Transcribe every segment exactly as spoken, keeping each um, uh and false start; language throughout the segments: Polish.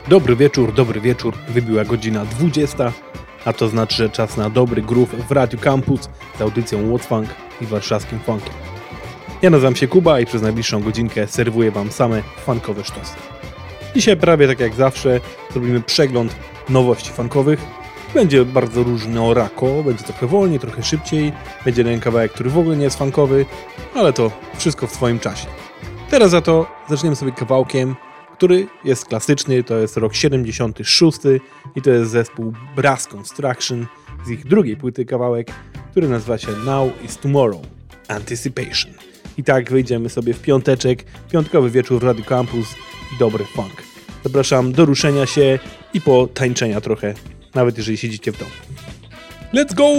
Dobry wieczór, dobry wieczór. Wybiła godzina dwudziesta, a to znaczy, że czas na dobry groove w Radiu Campus z audycją What's Funk i warszawskim funkiem. Ja nazywam się Kuba i przez najbliższą godzinkę serwuję wam same funkowe sztosy. Dzisiaj prawie tak jak zawsze zrobimy przegląd nowości funkowych. Będzie bardzo różnorako, będzie trochę wolniej, trochę szybciej. Będzie jeden kawałek, który w ogóle nie jest funkowy, ale to wszystko w swoim czasie. Teraz za to zaczniemy sobie kawałkiem, który jest klasyczny, to jest rok siedemdziesiąty szósty i to jest zespół Brass Construction z ich drugiej płyty kawałek, który nazywa się Now is Tomorrow, Anticipation. I tak wyjdziemy sobie w piąteczek, piątkowy wieczór w Radio Campus i dobry funk. Zapraszam do ruszenia się i po tańczenia trochę, nawet jeżeli siedzicie w domu. Let's go!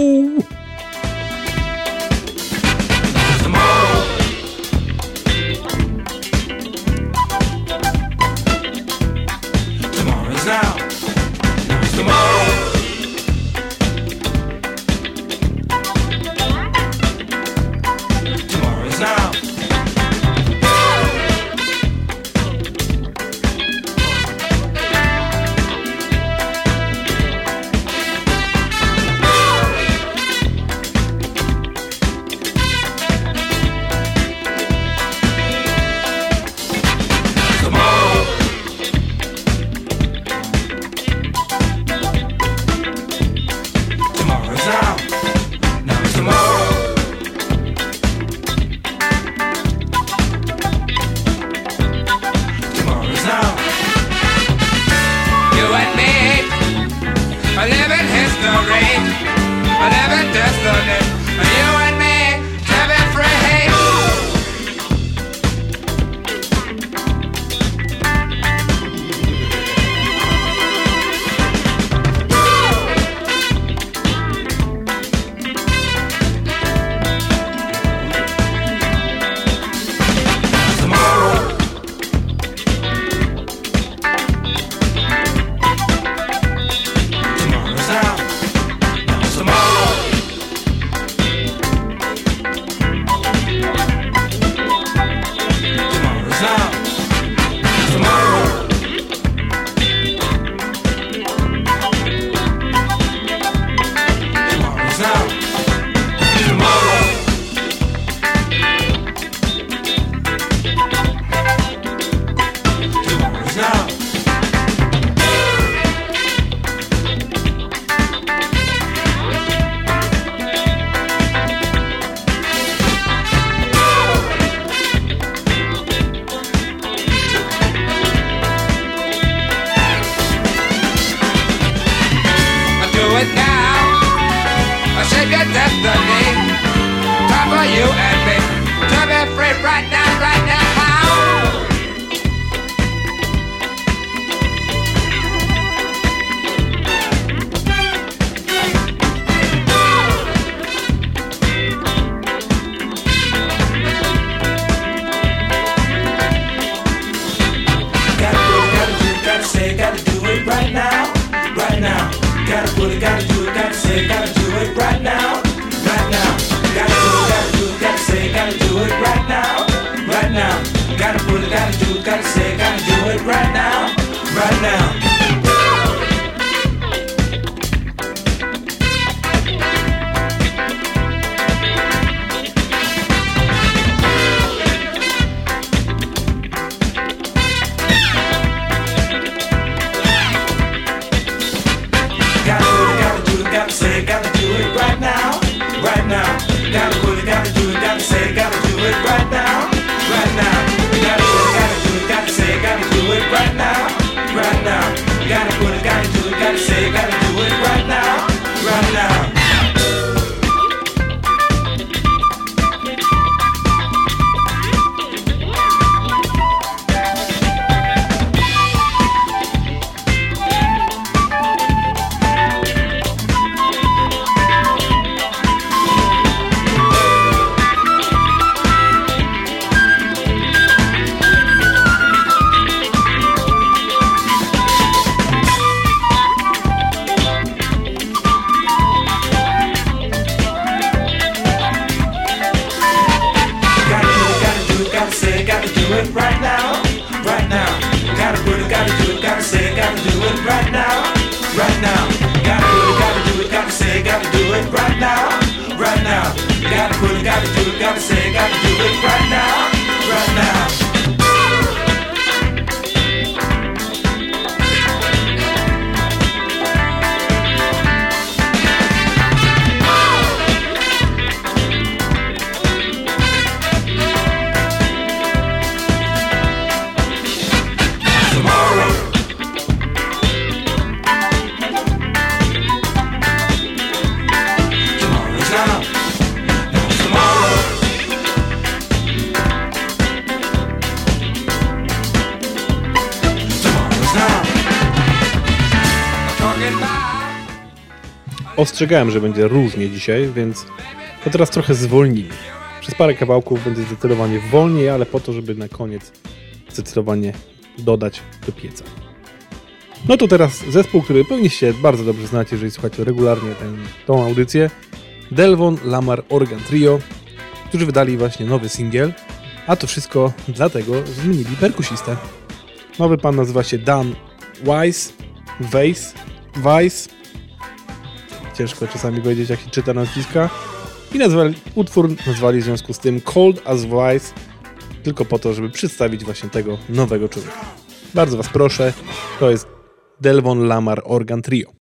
ostrzegałem, że będzie różnie dzisiaj, więc to teraz trochę zwolnimy. Przez parę kawałków będzie zdecydowanie wolniej, ale po to, żeby na koniec zdecydowanie dodać do pieca. No to teraz zespół, który powinniście bardzo dobrze znać, jeżeli słuchacie regularnie tę, tą audycję. Delvon Lamar Organ Trio, którzy wydali właśnie nowy singiel, a to wszystko dlatego, że zmienili perkusistę. Nowy pan nazywa się Dan Weiss, Weiss, Weiss. Ciężko czasami powiedzieć, jak się czyta nazwiska. I nazwali, utwór nazwali w związku z tym Cold as Weiss, tylko po to, żeby przedstawić właśnie tego nowego człowieka. Bardzo was proszę, to jest Delvon Lamar Organ Trio.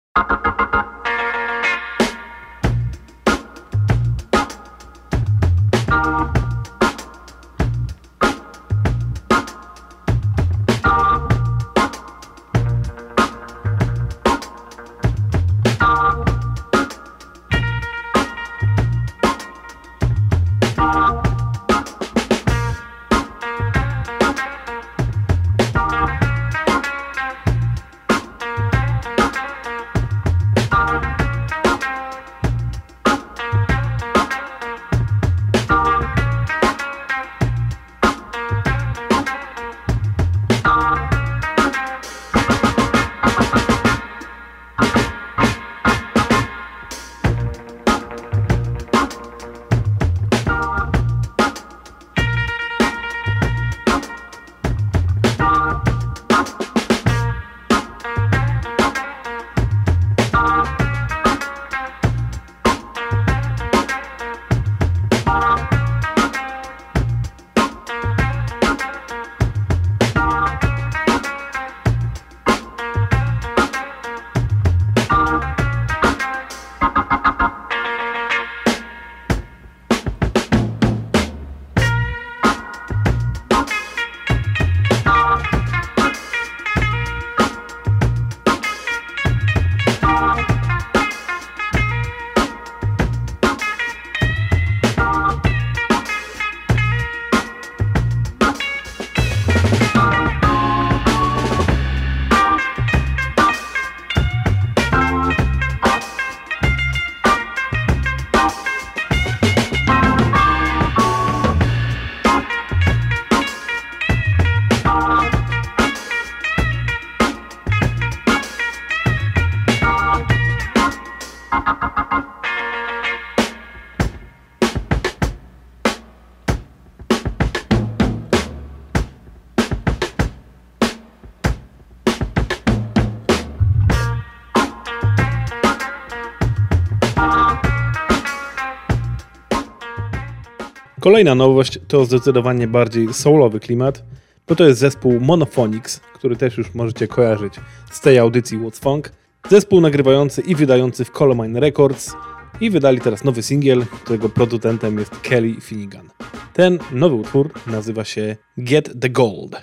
Kolejna nowość to zdecydowanie bardziej soulowy klimat, bo to jest zespół Monophonics, który też już możecie kojarzyć z tej audycji What's Funk. Zespół nagrywający i wydający w Colomine Records i wydali teraz nowy singiel, którego producentem jest Kelly Finnegan. Ten nowy utwór nazywa się Get the Gold.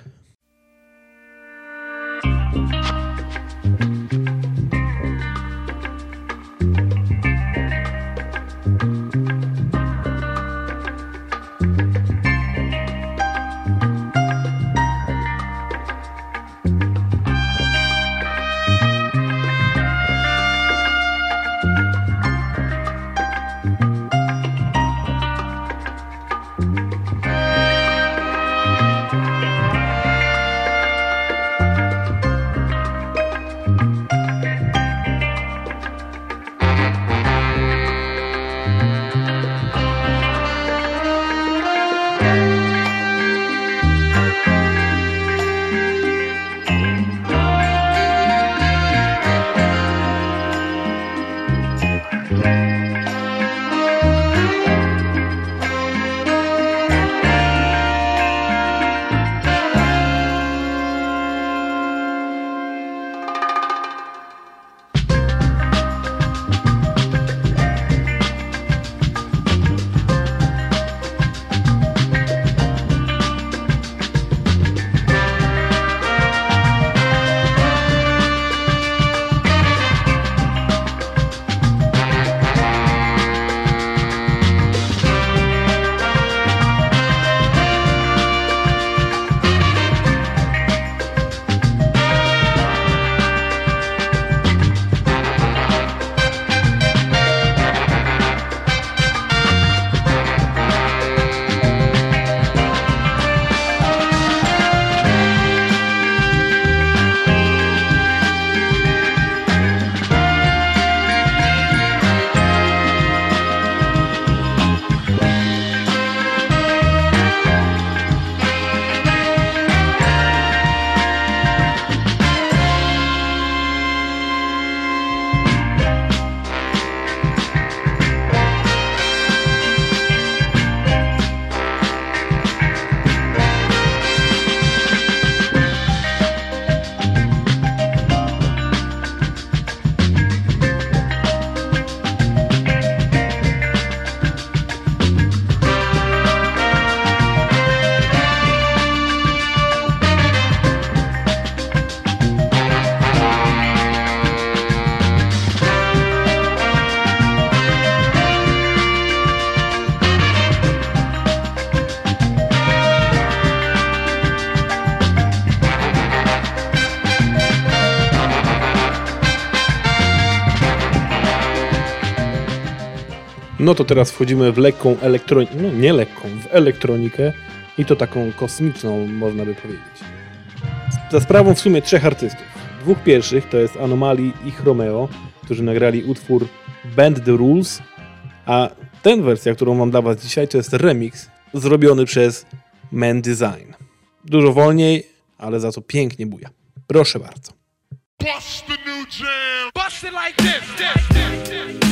No to teraz wchodzimy w lekką elektronikę, no nie lekką, w elektronikę i to taką kosmiczną, można by powiedzieć. Za sprawą w sumie trzech artystów. Dwóch pierwszych to jest Anomaly i Chromeo, którzy nagrali utwór Bend the Rules, a ten wersja, którą mam dla was dzisiaj, to jest remix zrobiony przez Man Design. Dużo wolniej, ale za to pięknie buja. Proszę bardzo. Bust the new jam. Bust it like this, this, this, this.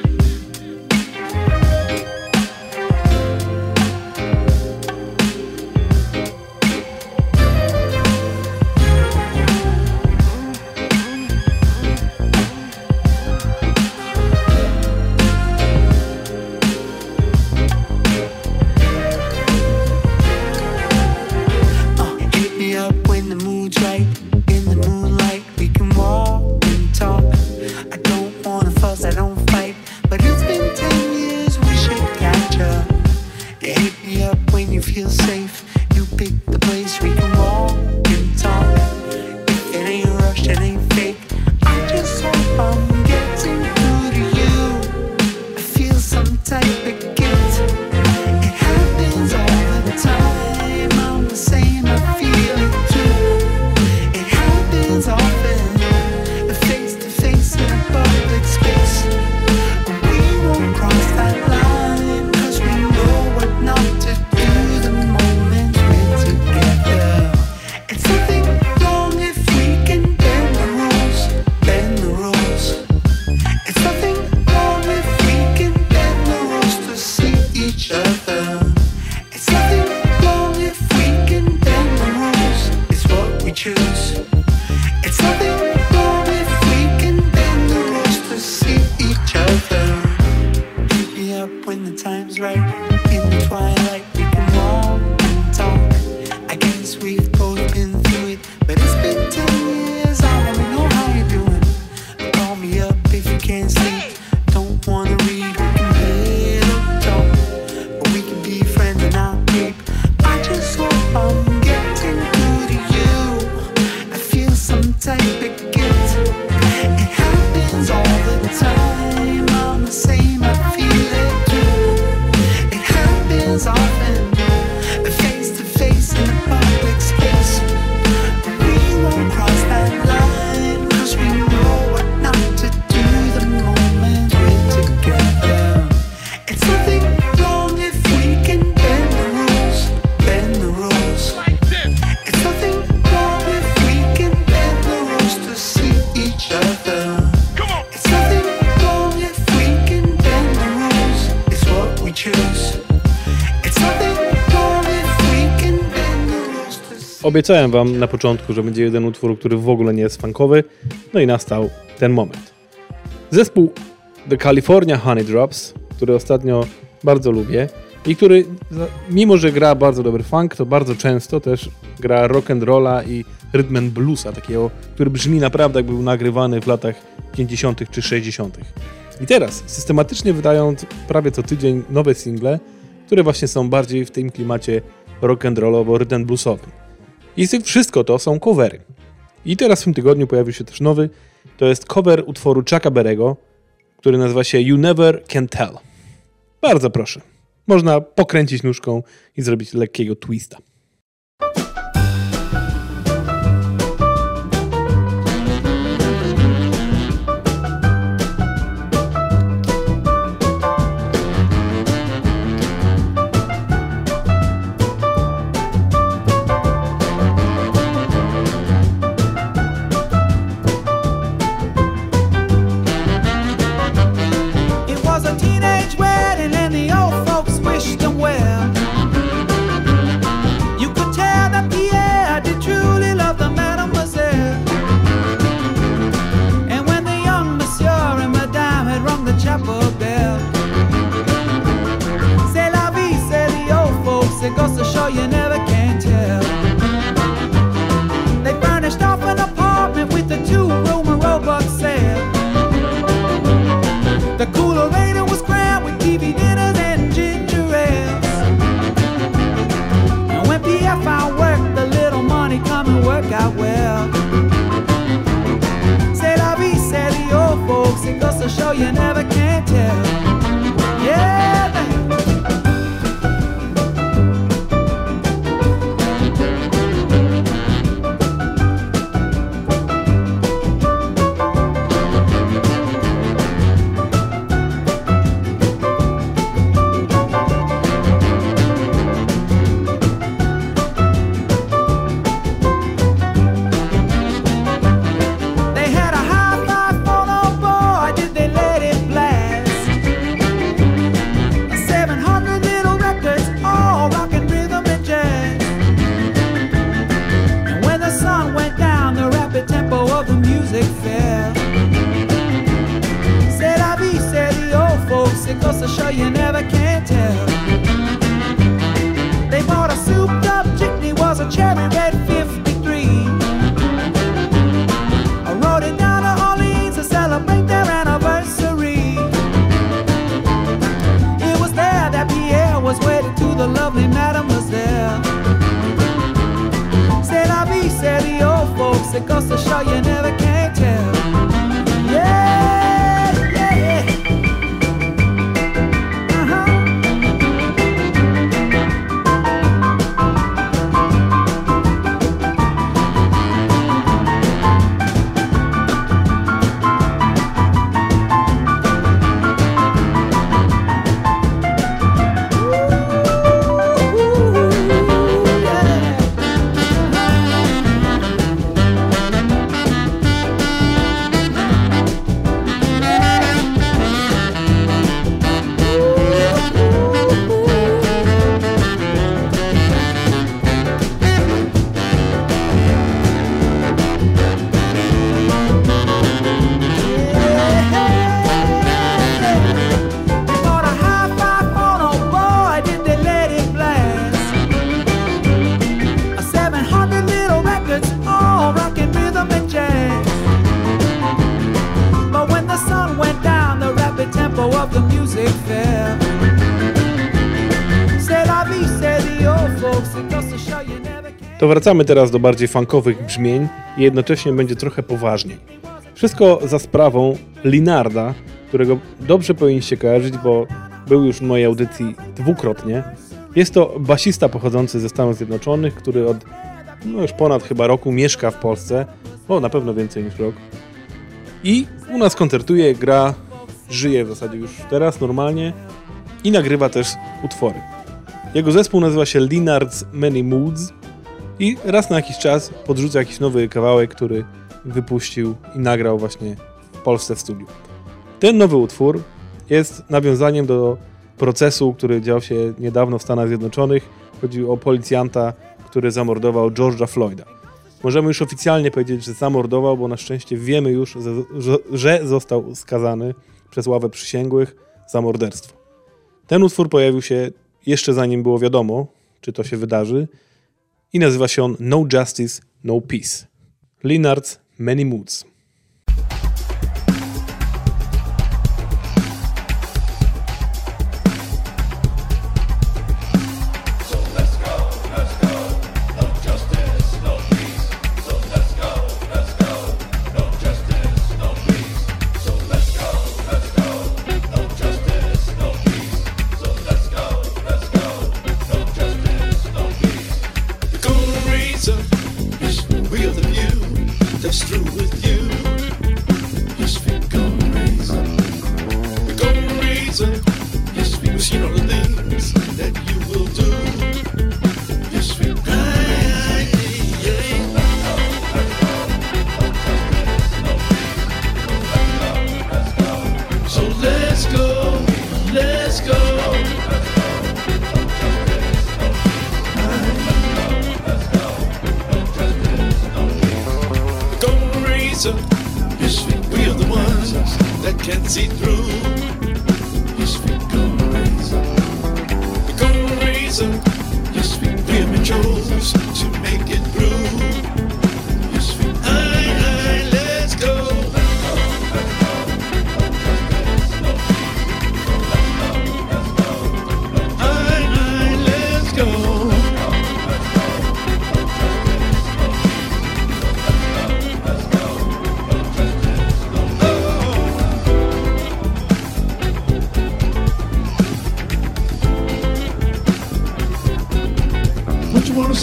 Obiecałem wam na początku, że będzie jeden utwór, który w ogóle nie jest funkowy, no i nastał ten moment. Zespół The California Honey Drops, który ostatnio bardzo lubię i który, mimo że gra bardzo dobry funk, to bardzo często też gra rock and rolla i rhythm and bluesa, takiego, który brzmi naprawdę jakby był nagrywany w latach pięćdziesiątych czy sześćdziesiątych. I teraz systematycznie wydają prawie co tydzień nowe single, które właśnie są bardziej w tym klimacie rock and rollowo, rhythm and bluesowym. I wszystko to są covery. I teraz w tym tygodniu pojawił się też nowy, to jest cover utworu Chucka Berry'ego, który nazywa się You Never Can Tell. Bardzo proszę. Można pokręcić nóżką i zrobić lekkiego twista. Yeah, man. You never can tell. They bought a souped up jitney, was a cherry red fifty-three. I rode it down to Orleans to celebrate their anniversary. It was there that Pierre was wedded to the lovely mademoiselle. C'est la vie, said the old folks, it goes to show you never can tell. Yeah, yeah, yeah. To wracamy teraz do bardziej funkowych brzmień i jednocześnie będzie trochę poważniej. Wszystko za sprawą Lynyrda, którego dobrze powinniście kojarzyć, bo był już w mojej audycji dwukrotnie. Jest to basista pochodzący ze Stanów Zjednoczonych, który od no już ponad chyba roku mieszka w Polsce, bo na pewno więcej niż rok. I u nas koncertuje, gra, żyje w zasadzie już teraz normalnie i nagrywa też utwory. Jego zespół nazywa się Lynyrds Many Moods i raz na jakiś czas podrzuca jakiś nowy kawałek, który wypuścił i nagrał właśnie w Polsce w studiu. Ten nowy utwór jest nawiązaniem do procesu, który dział się niedawno w Stanach Zjednoczonych. Chodzi o policjanta, który zamordował George'a Floyda. Możemy już oficjalnie powiedzieć, że zamordował, bo na szczęście wiemy już, że został skazany przez ławę przysięgłych za morderstwo. Ten utwór pojawił się jeszcze zanim było wiadomo, czy to się wydarzy i nazywa się on No Justice, No Peace. Lynyrds Many Moods.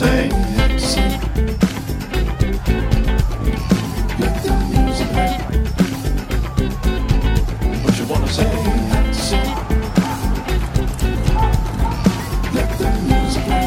say, had to say. Let the music play. What you wanna say, had to say. Let the music play.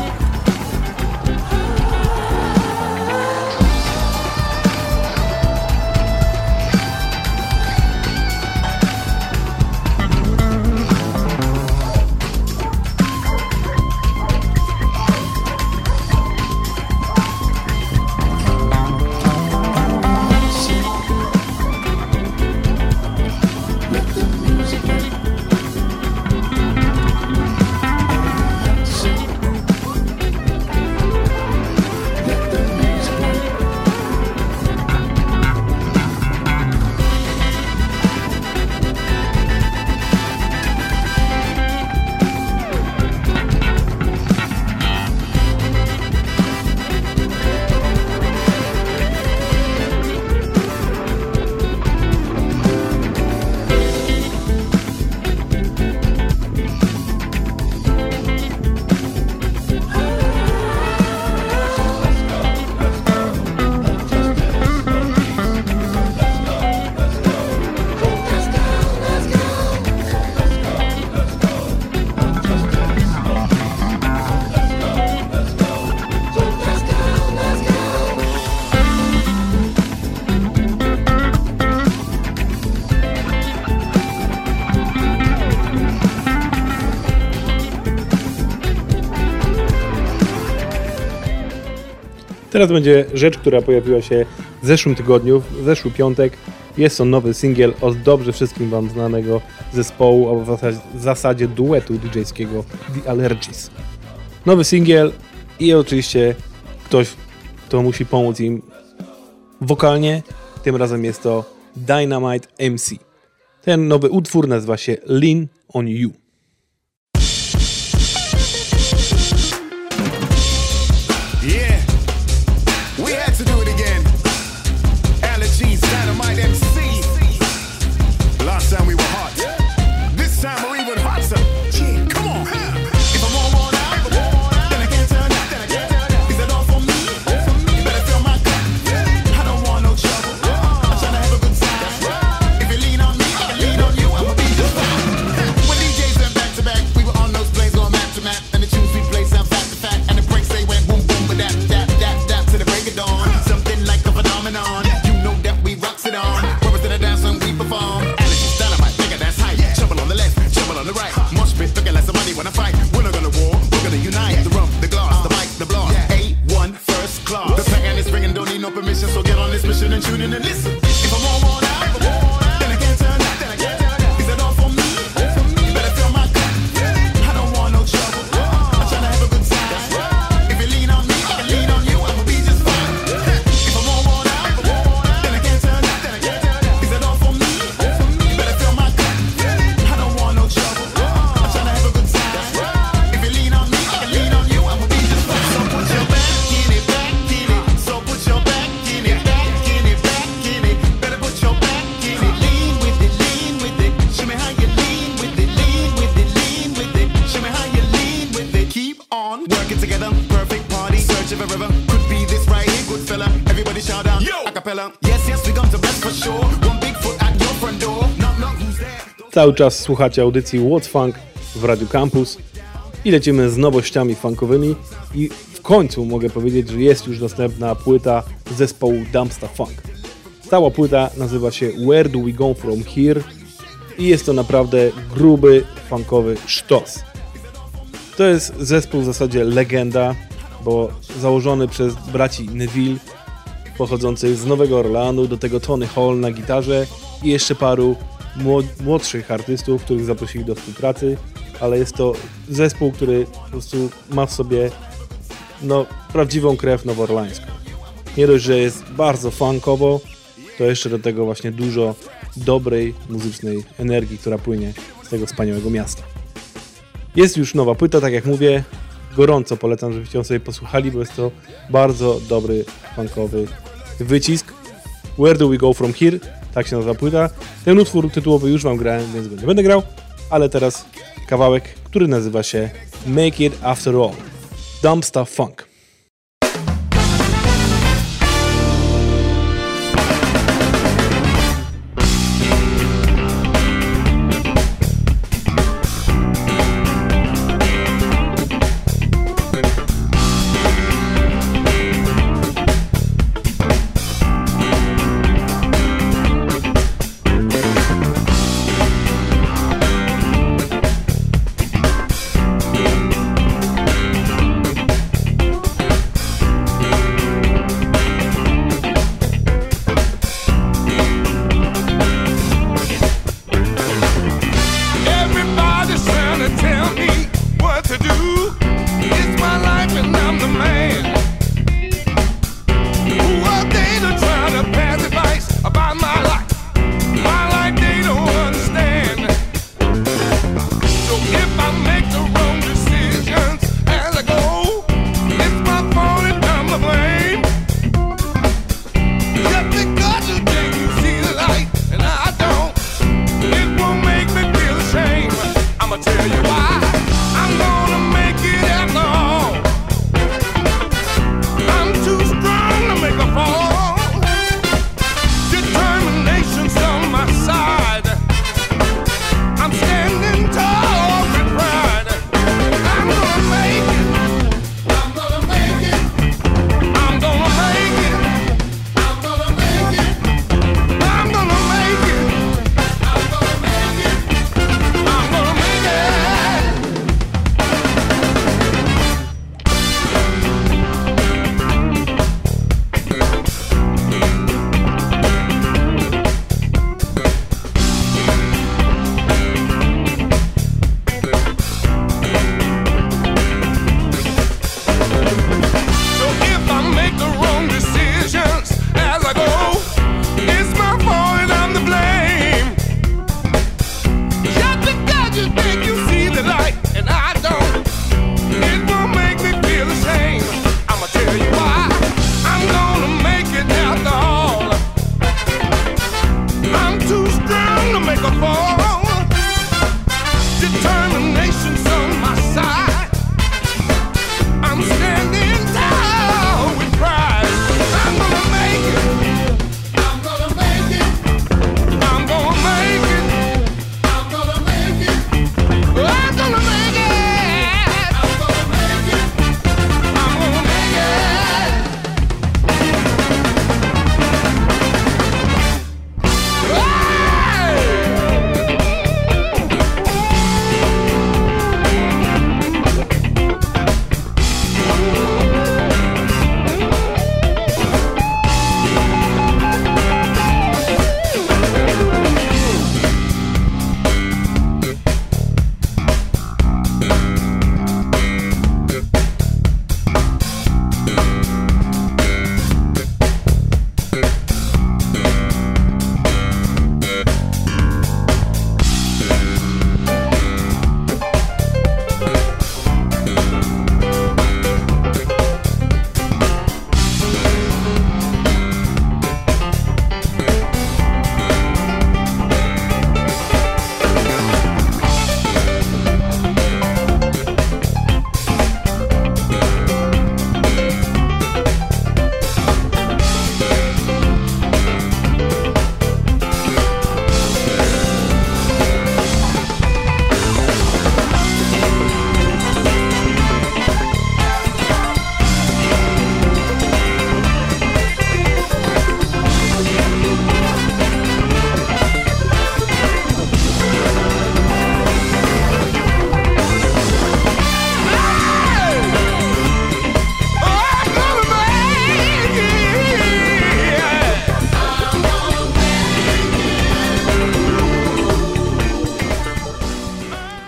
Teraz będzie rzecz, która pojawiła się w zeszłym tygodniu, w zeszły piątek. Jest to nowy singiel od dobrze wszystkim wam znanego zespołu, albo w zasadzie, w zasadzie duetu didżejskiego The Allergies. Nowy singiel i oczywiście ktoś, kto musi pomóc im wokalnie. Tym razem jest to Dynamite M C. Ten nowy utwór nazywa się Lean on You. Dynamite M C. Last time we were hot. This time we're even hotter. Yeah, come on. If I'm all worn out, then I can't turn up. Is it all for me? You better fill my cup. I don't want no trouble. I'm trying to have a good time. If you lean on me, I can lean on you. I'ma be just fine. When D Js went back to back, we were on those planes going map to map, and the tunes we played sound fat to fat, and the breaks they went boom boom, but that that that that to the break of dawn. Something like a phenomenon. Rocks it on, where to the dance when we perform. Allergies, dynamite, nigga, that's hype. Trouble on the left, trouble on the right. Mosh pit, looking like somebody wanna fight. We're not gonna war, we're gonna unite. The rum, the glass, the mic, the blast. A one first class. The pack is ringing, don't need no permission, so get on this mission and tune in and listen. If I'm all worn out, then I can't turn up. Then I can't turn up. Is it all for me? You better fill my cup. I don't want no trouble. I'm trying to have a good time. If you lean on me, I can lean on you. I'ma be just fine. If I'm all worn out, then I can't turn up. Then I can't turn up. Is it all for me? You better fill my cup. I don't want no trouble. I'm trying to have a good time. If you lean on me, I can lean on you. I'ma be just fine. So put your back in it, back in it. So put your back in it, back in it, back in it. Better put your back in it. Lean with it, lean with it. Show me how you lean with it, lean with it, lean with it. Show me how you lean with it. Keep on working together, perfect party. Search of a river, could be this right here, good fella. Everybody shout out, yo, acapella. Yes, yes, we come to bless for sure. One big foot at your front door. Knock, knock, who's there? Cały czas słuchacie audycji What's Funk w Radiu Campus i lecimy z nowościami funkowymi i w końcu mogę powiedzieć, że jest już dostępna płyta zespołu Dumpsta Funk. Cała płyta nazywa się Where Do We Go From Here i jest to naprawdę gruby, funkowy sztos. To jest zespół w zasadzie legenda, bo założony przez braci Neville, pochodzących z Nowego Orleanu, do tego Tony Hall na gitarze i jeszcze paru młodszych artystów, których zaprosili do współpracy, ale jest to zespół, który po prostu ma w sobie no, prawdziwą krew nowoorlańską. Nie dość, że jest bardzo funkowo, to jeszcze do tego właśnie dużo dobrej muzycznej energii, która płynie z tego wspaniałego miasta. Jest już nowa płyta, tak jak mówię, gorąco polecam, żebyście ją sobie posłuchali, bo jest to bardzo dobry, funkowy wycisk. Where Do We Go From Here? Tak się nazywa płyta. Ten utwór tytułowy już wam grałem, więc go nie będę grał, ale teraz kawałek, który nazywa się Make It After All. Dumpsta Funk.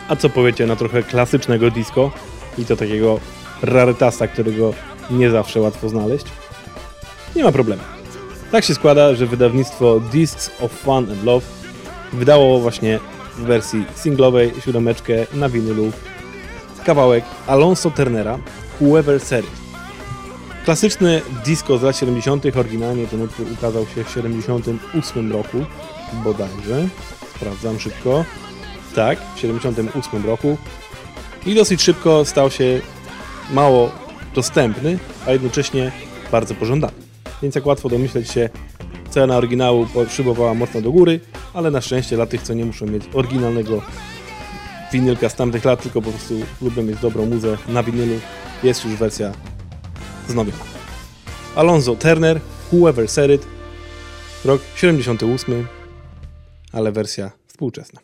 A co powiecie na trochę klasycznego disco i to takiego rarytasa, którego nie zawsze łatwo znaleźć? Nie ma problemu. Tak się składa, że wydawnictwo Discs of Fun and Love wydało właśnie w wersji singlowej siódemeczkę na winylu kawałek Alonso Turnera Whoever Said It. Klasyczny disco z lat siedemdziesiątych. Oryginalnie ten utwór ukazał się w siedemdziesiątym ósmym roku bodajże. Sprawdzam szybko. Tak, w siedemdziesiątym ósmym roku. I dosyć szybko stał się mało dostępny, a jednocześnie bardzo pożądany. Więc jak łatwo domyśleć się, cena oryginału szybowała mocno do góry, ale na szczęście dla tych, co nie muszą mieć oryginalnego winylka z tamtych lat, tylko po prostu lubią mieć dobrą muzę na winylu, jest już wersja wznowiona. Alonso Turner, Whoever Said It, rok siedemdziesiąty ósmy, ale wersja współczesna.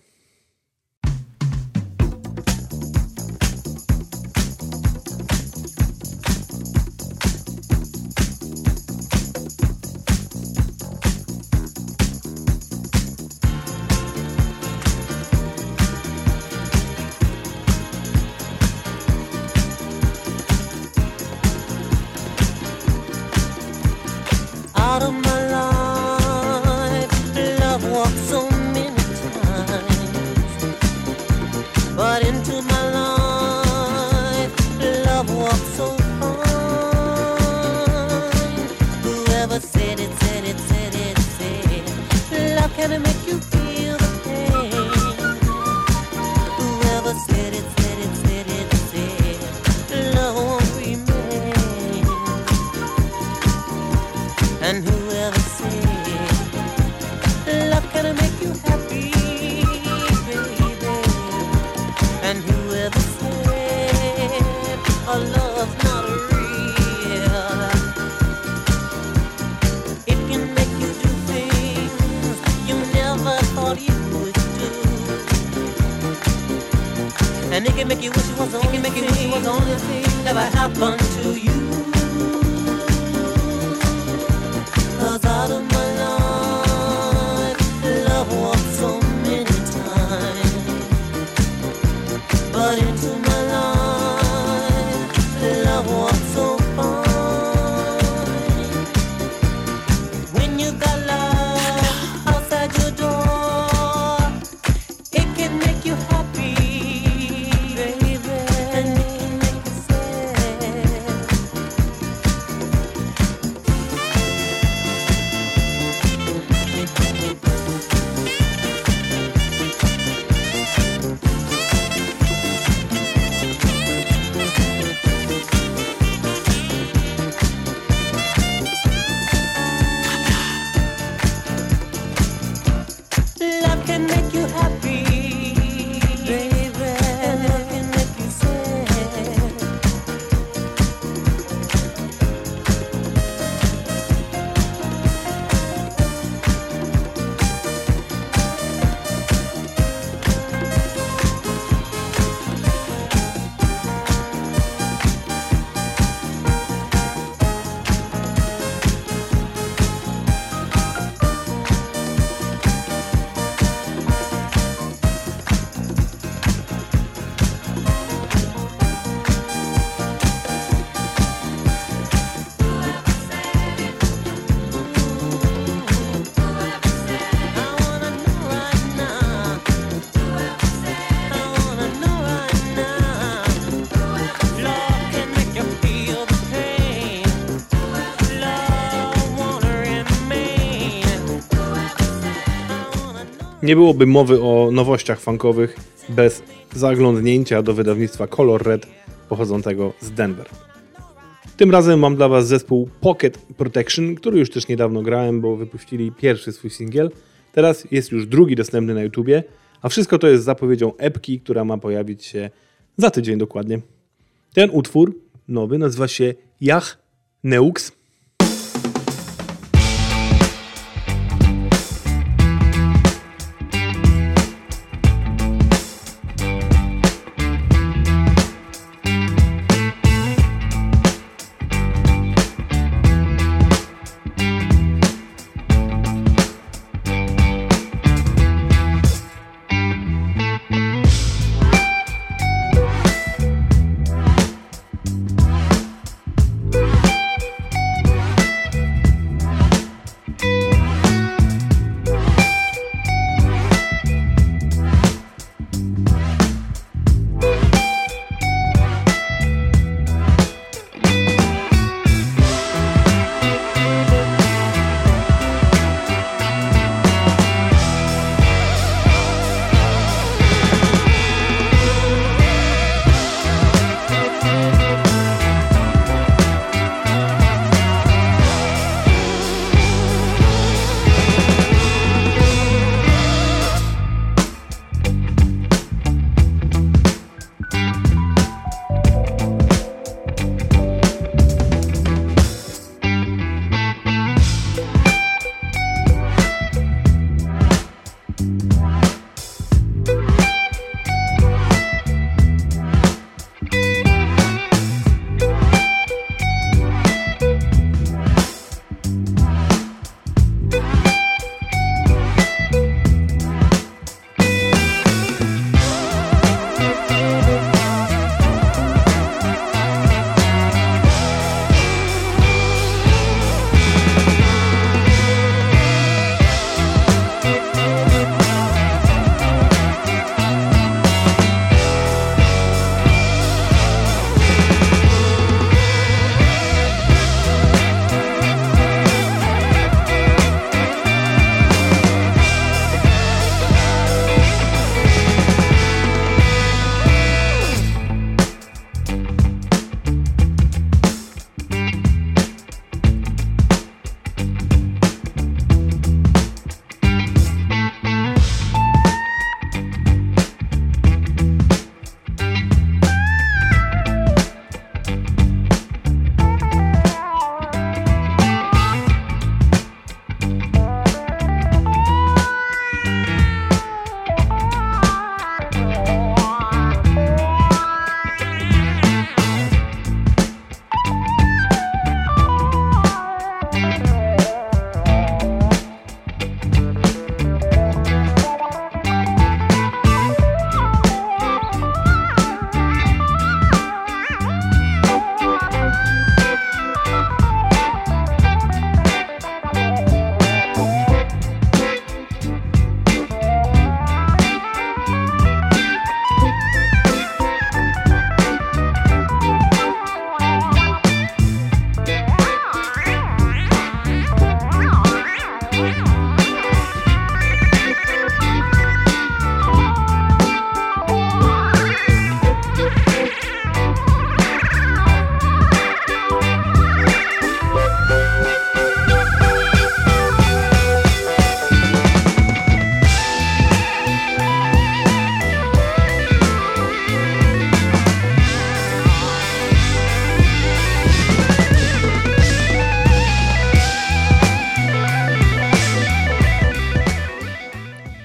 Out of my life, love walks so many times. But into my life, love walks so fine. Whoever said it, said it, said it, said love can make you feel the pain. Whoever said it, said it, said it, said love won't remain. And whoever said love can make you happy, baby. And whoever said a love's not real, it can make you do things you never thought you would do. And it can make you wish it was the only thing, was the only thing ever happened to you. Cause out of my life, love walked so many times. But into my life, love walked so fine. When you got love outside your door, it can make you happy, baby. And it can make you sad. Love can make you happy, baby. And love can make you sad. I wanna know right now. I wanna know right now. Love can make you feel the pain. Love wanna remain. I wanna know. Nie byłoby mowy o nowościach funkowych bez zaglądnięcia do wydawnictwa Color Red pochodzącego z Denver. Tym razem mam dla Was zespół Pocket Protection, który już też niedawno grałem, bo wypuścili pierwszy swój singiel. Teraz jest już drugi dostępny na YouTubie, a wszystko to jest zapowiedzią epki, która ma pojawić się za tydzień dokładnie. Ten utwór nowy nazywa się Yah Neux.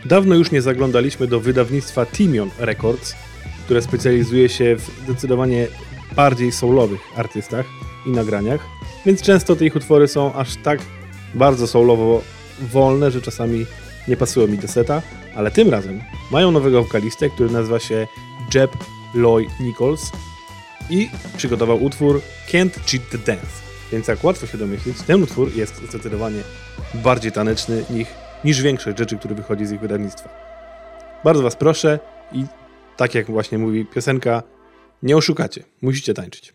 Dawno już nie zaglądaliśmy do wydawnictwa Timion Records, które specjalizuje się w zdecydowanie bardziej soulowych artystach i nagraniach, więc często te ich utwory są aż tak bardzo soulowo wolne, że czasami nie pasują mi do seta, ale tym razem mają nowego wokalistę, który nazywa się Jeb Loy Nichols i przygotował utwór Can't Cheat the Dance. Więc jak łatwo się domyślić, ten utwór jest zdecydowanie bardziej taneczny niż, niż większość rzeczy, które wychodzi z ich wydawnictwa. Bardzo was proszę i tak jak właśnie mówi piosenka, nie oszukacie, musicie tańczyć.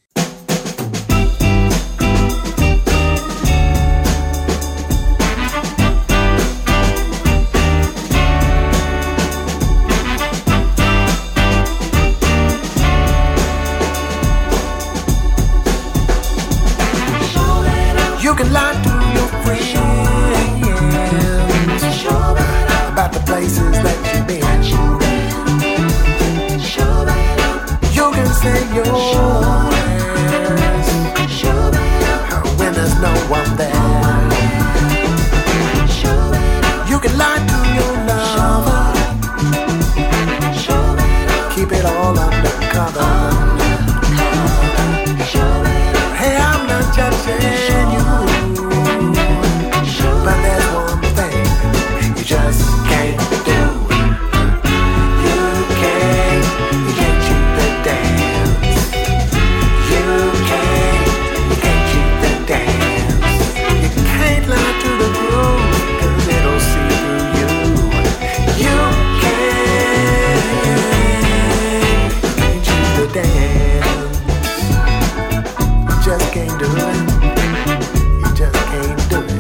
You can lie to your friends about the places that you've been. You can say your prayers when there's no one there. You can lie to your lover, keep it all undercover. Hey, I'm not judging you, but there's one thing you just can't do. You can't, you can't cheat the dance. You can't, you can't cheat the dance. You can't lie to the groove, 'cause it'll see through you. You can't, you can't cheat the dance. You just can't do it. You just can't do it.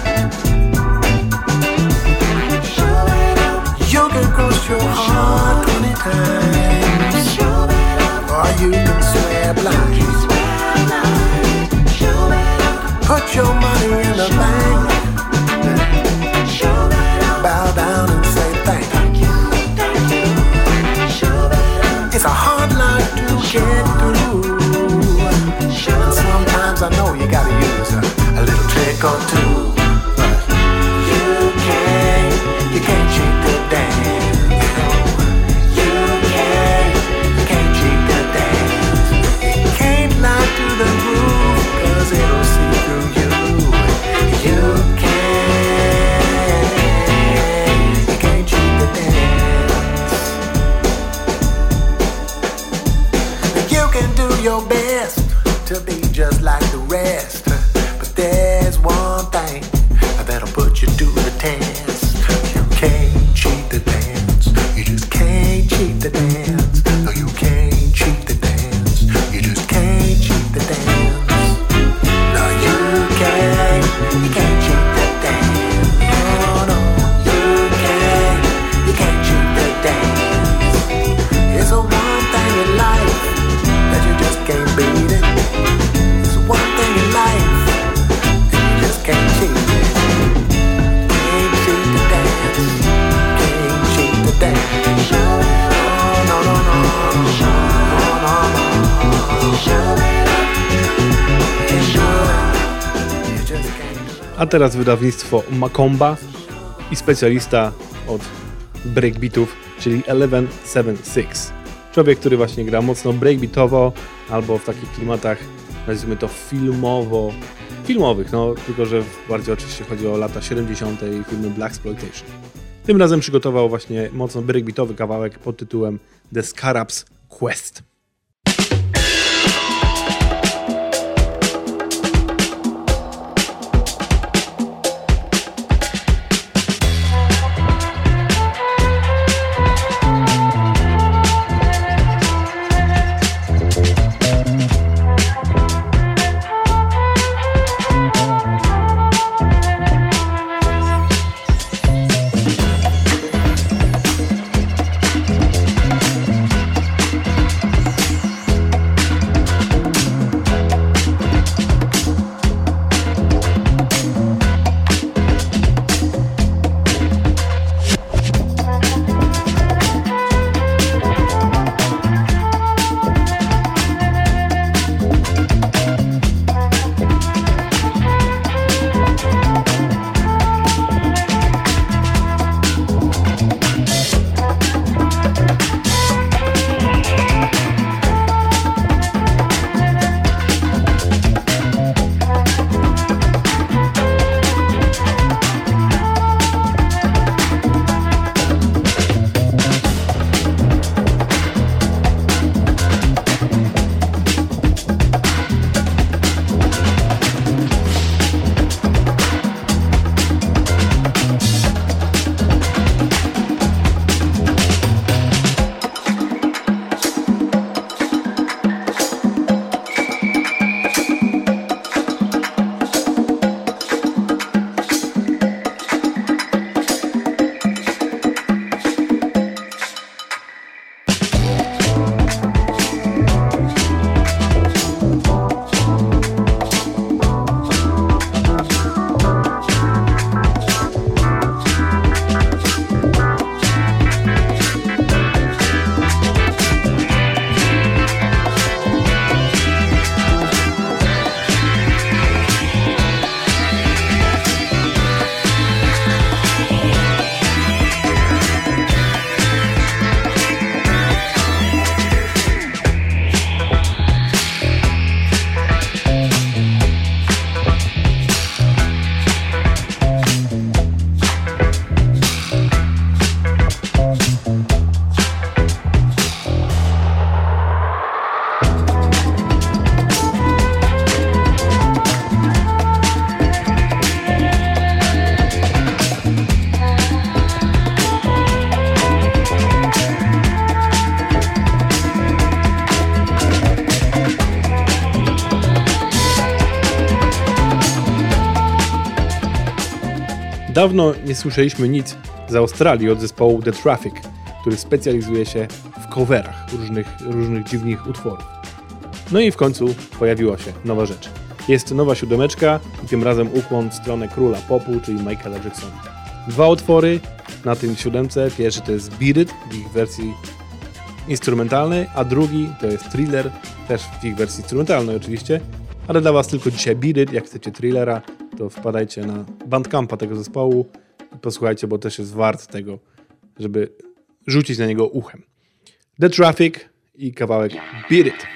You can cross your heart twenty times, or you can swear blind. Put your money in the bank, bow down and say thank you. It's a hard life to get through, and sometimes I know you gotta use a, a little trick or two. But you can't, you can't cheat the dance. You can't, you can't cheat the dance. You can't lie to the groove, 'cause it'll see through you. You can't, you can't cheat the dance. You can do your best to be just like the rest, but there's one thing that'll put you to the test. You can't cheat the dance. You just can't cheat the dance. No, you can't cheat the dance. You just can't cheat the dance. No, you can't. You can't cheat the dance. No, no, you can't. You can't cheat the dance. It's a one thing in life that you just can't beat it. It's one thing in life, and you just can't cheat it. Can't cheat the dance. Can't cheat the dance. No, no, no, no. No, no, no. Can't do it. You just can't do it. A teraz wydawnictwo Macomba i specjalista od breakbeatów, czyli Eleven Seven Six. Człowiek, który właśnie gra mocno breakbeatowo albo w takich klimatach, nazwijmy to filmowo, filmowych, no tylko że bardziej oczywiście chodzi o lata siedemdziesiąte i filmy Blaxploitation. Tym razem przygotował właśnie mocno breakbeatowy kawałek pod tytułem The Scarab's Quest. Dawno nie słyszeliśmy nic z Australii od zespołu The Traffic, który specjalizuje się w coverach różnych, różnych dziwnych utworów. No i w końcu pojawiła się nowa rzecz. Jest nowa siódemeczka i tym razem ukłon w stronę króla popu, czyli Michaela Jacksona. Dwa utwory na tym siódemce. Pierwszy to jest Beat It w ich wersji instrumentalnej, a drugi to jest Thriller, też w ich wersji instrumentalnej oczywiście. Ale dla was tylko dzisiaj Beat It. Jak chcecie Thrillera, to wpadajcie na Bandcampa tego zespołu i posłuchajcie, bo też jest wart tego, żeby rzucić na niego uchem. The Traffic i kawałek Beat It.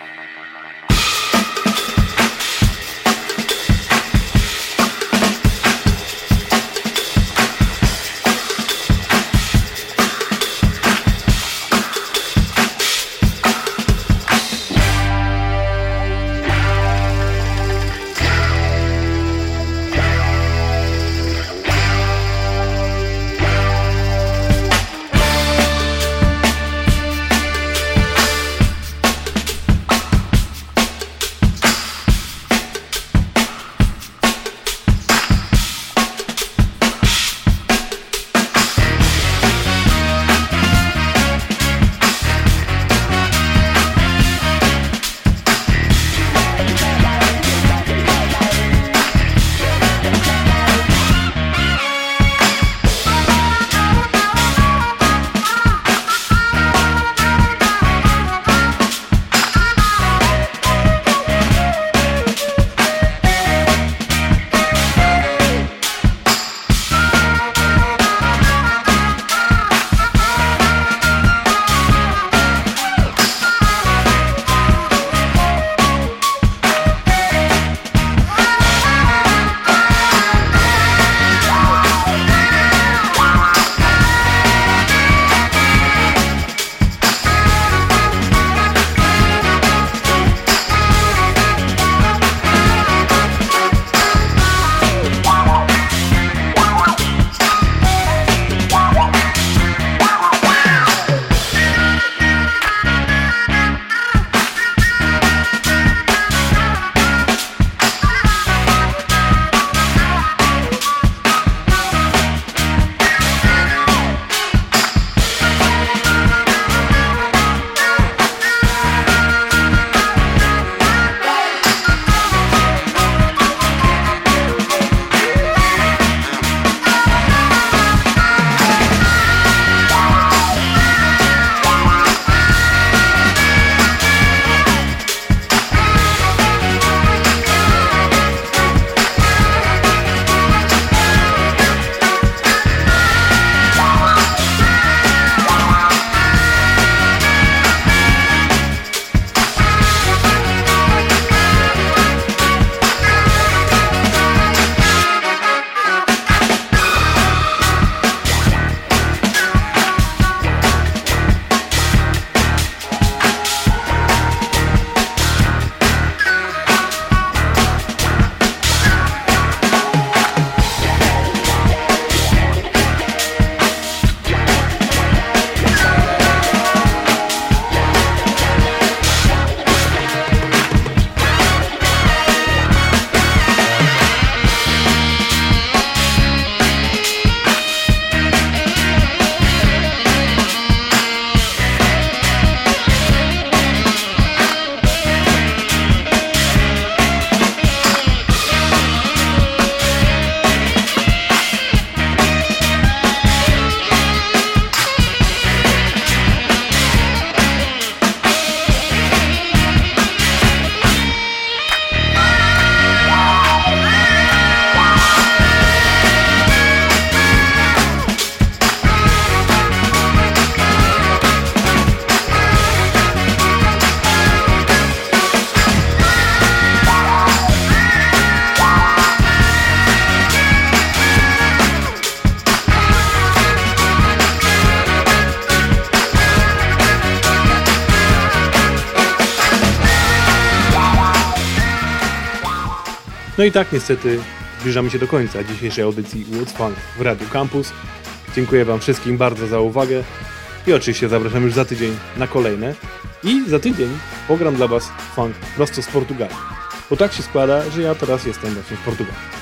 No i tak niestety zbliżamy się do końca dzisiejszej audycji What's Funk w Radiu Campus. Dziękuję Wam wszystkim bardzo za uwagę i oczywiście zapraszam już za tydzień na kolejne. I za tydzień pogram dla Was funk prosto z Portugalii. Bo tak się składa, że ja teraz jestem właśnie w Portugalii.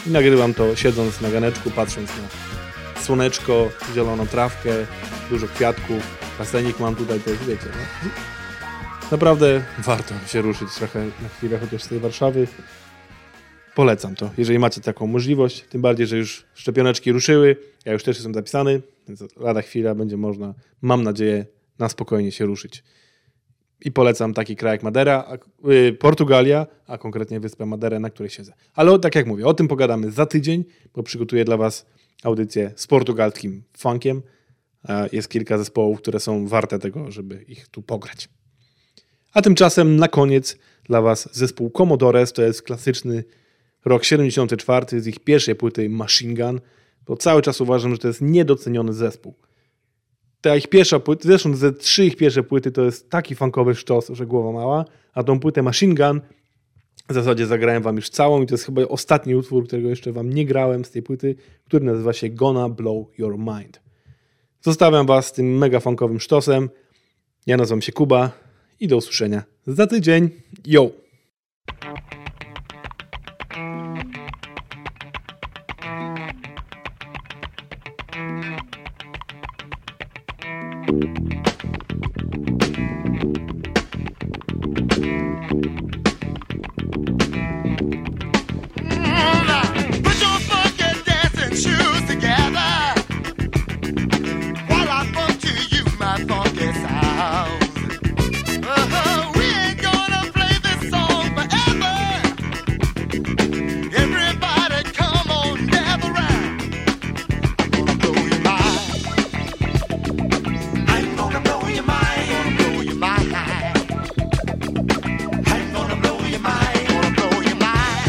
I nagrywam to siedząc na ganeczku, patrząc na słoneczko, zieloną trawkę, dużo kwiatków, basenik mam tutaj, to jest, wiecie, no. Naprawdę warto się ruszyć trochę na chwilę, chociaż z tej Warszawy. Polecam to, jeżeli macie taką możliwość, tym bardziej, że już szczepioneczki ruszyły, ja już też jestem zapisany, więc lada chwila będzie można, mam nadzieję, na spokojnie się ruszyć. I polecam taki kraj jak Madera, a, y, Portugalia, a konkretnie wyspę Maderę, na której siedzę. Ale o, tak jak mówię, o tym pogadamy za tydzień, bo przygotuję dla was audycję z portugalskim funkiem. Jest kilka zespołów, które są warte tego, żeby ich tu pograć. A tymczasem na koniec dla was zespół Commodores, to jest klasyczny rok siedemdziesiąty czwarty z ich pierwszej płyty Machine Gun, bo cały czas uważam, że to jest niedoceniony zespół. Ta ich pierwsza płyta, zresztą ze trzy ich pierwsze płyty to jest taki funkowy sztos, że głowa mała, a tą płytę Machine Gun w zasadzie zagrałem wam już całą i to jest chyba ostatni utwór, którego jeszcze wam nie grałem z tej płyty, który nazywa się Gonna Blow Your Mind. Zostawiam was z tym mega funkowym sztosem. Ja nazywam się Kuba i do usłyszenia za tydzień. Yo! Put your funky dancing shoes together while I bump to you my funky sound. Uh-huh, we ain't gonna play this song forever. Everybody come on, gather round. I'm gonna blow your mind. I'm gonna blow your mind. I'm gonna blow your mind. I'm gonna blow your mind. I'm gonna blow your mind.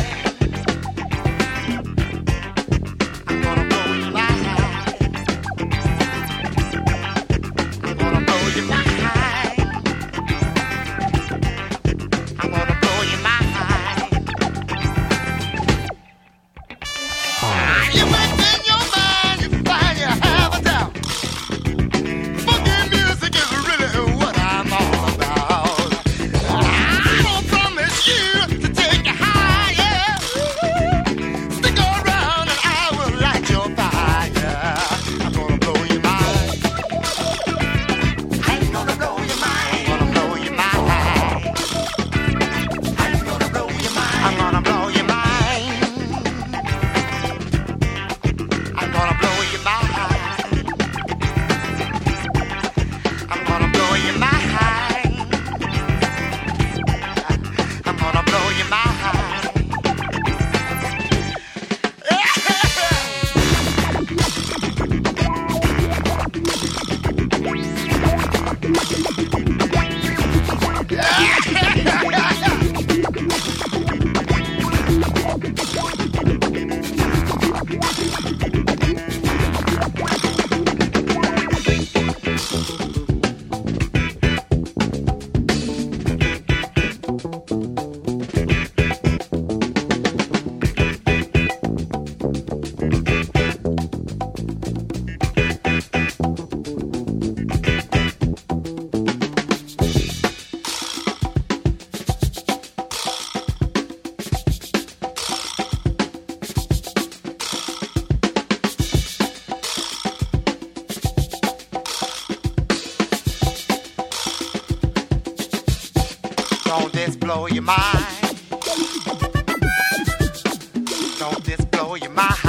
I'm gonna blow your mind. I'm gonna blow your mind. I'm gonna blow your mind. You make in your mind, you find you have a doubt. Funky music is really what I'm all about. I'm gonna promise you to take you higher. Stick around and I will light your fire. I'm gonna blow your mind. I'm gonna blow your mind. I'm gonna blow your mind. I'm gonna blow your mind. I'm gonna blow your mind. I'm gonna blow your mind. I'm gonna blow your mind. I'm gonna blow your mind. Don't this blow your mind? Don't this blow your mind?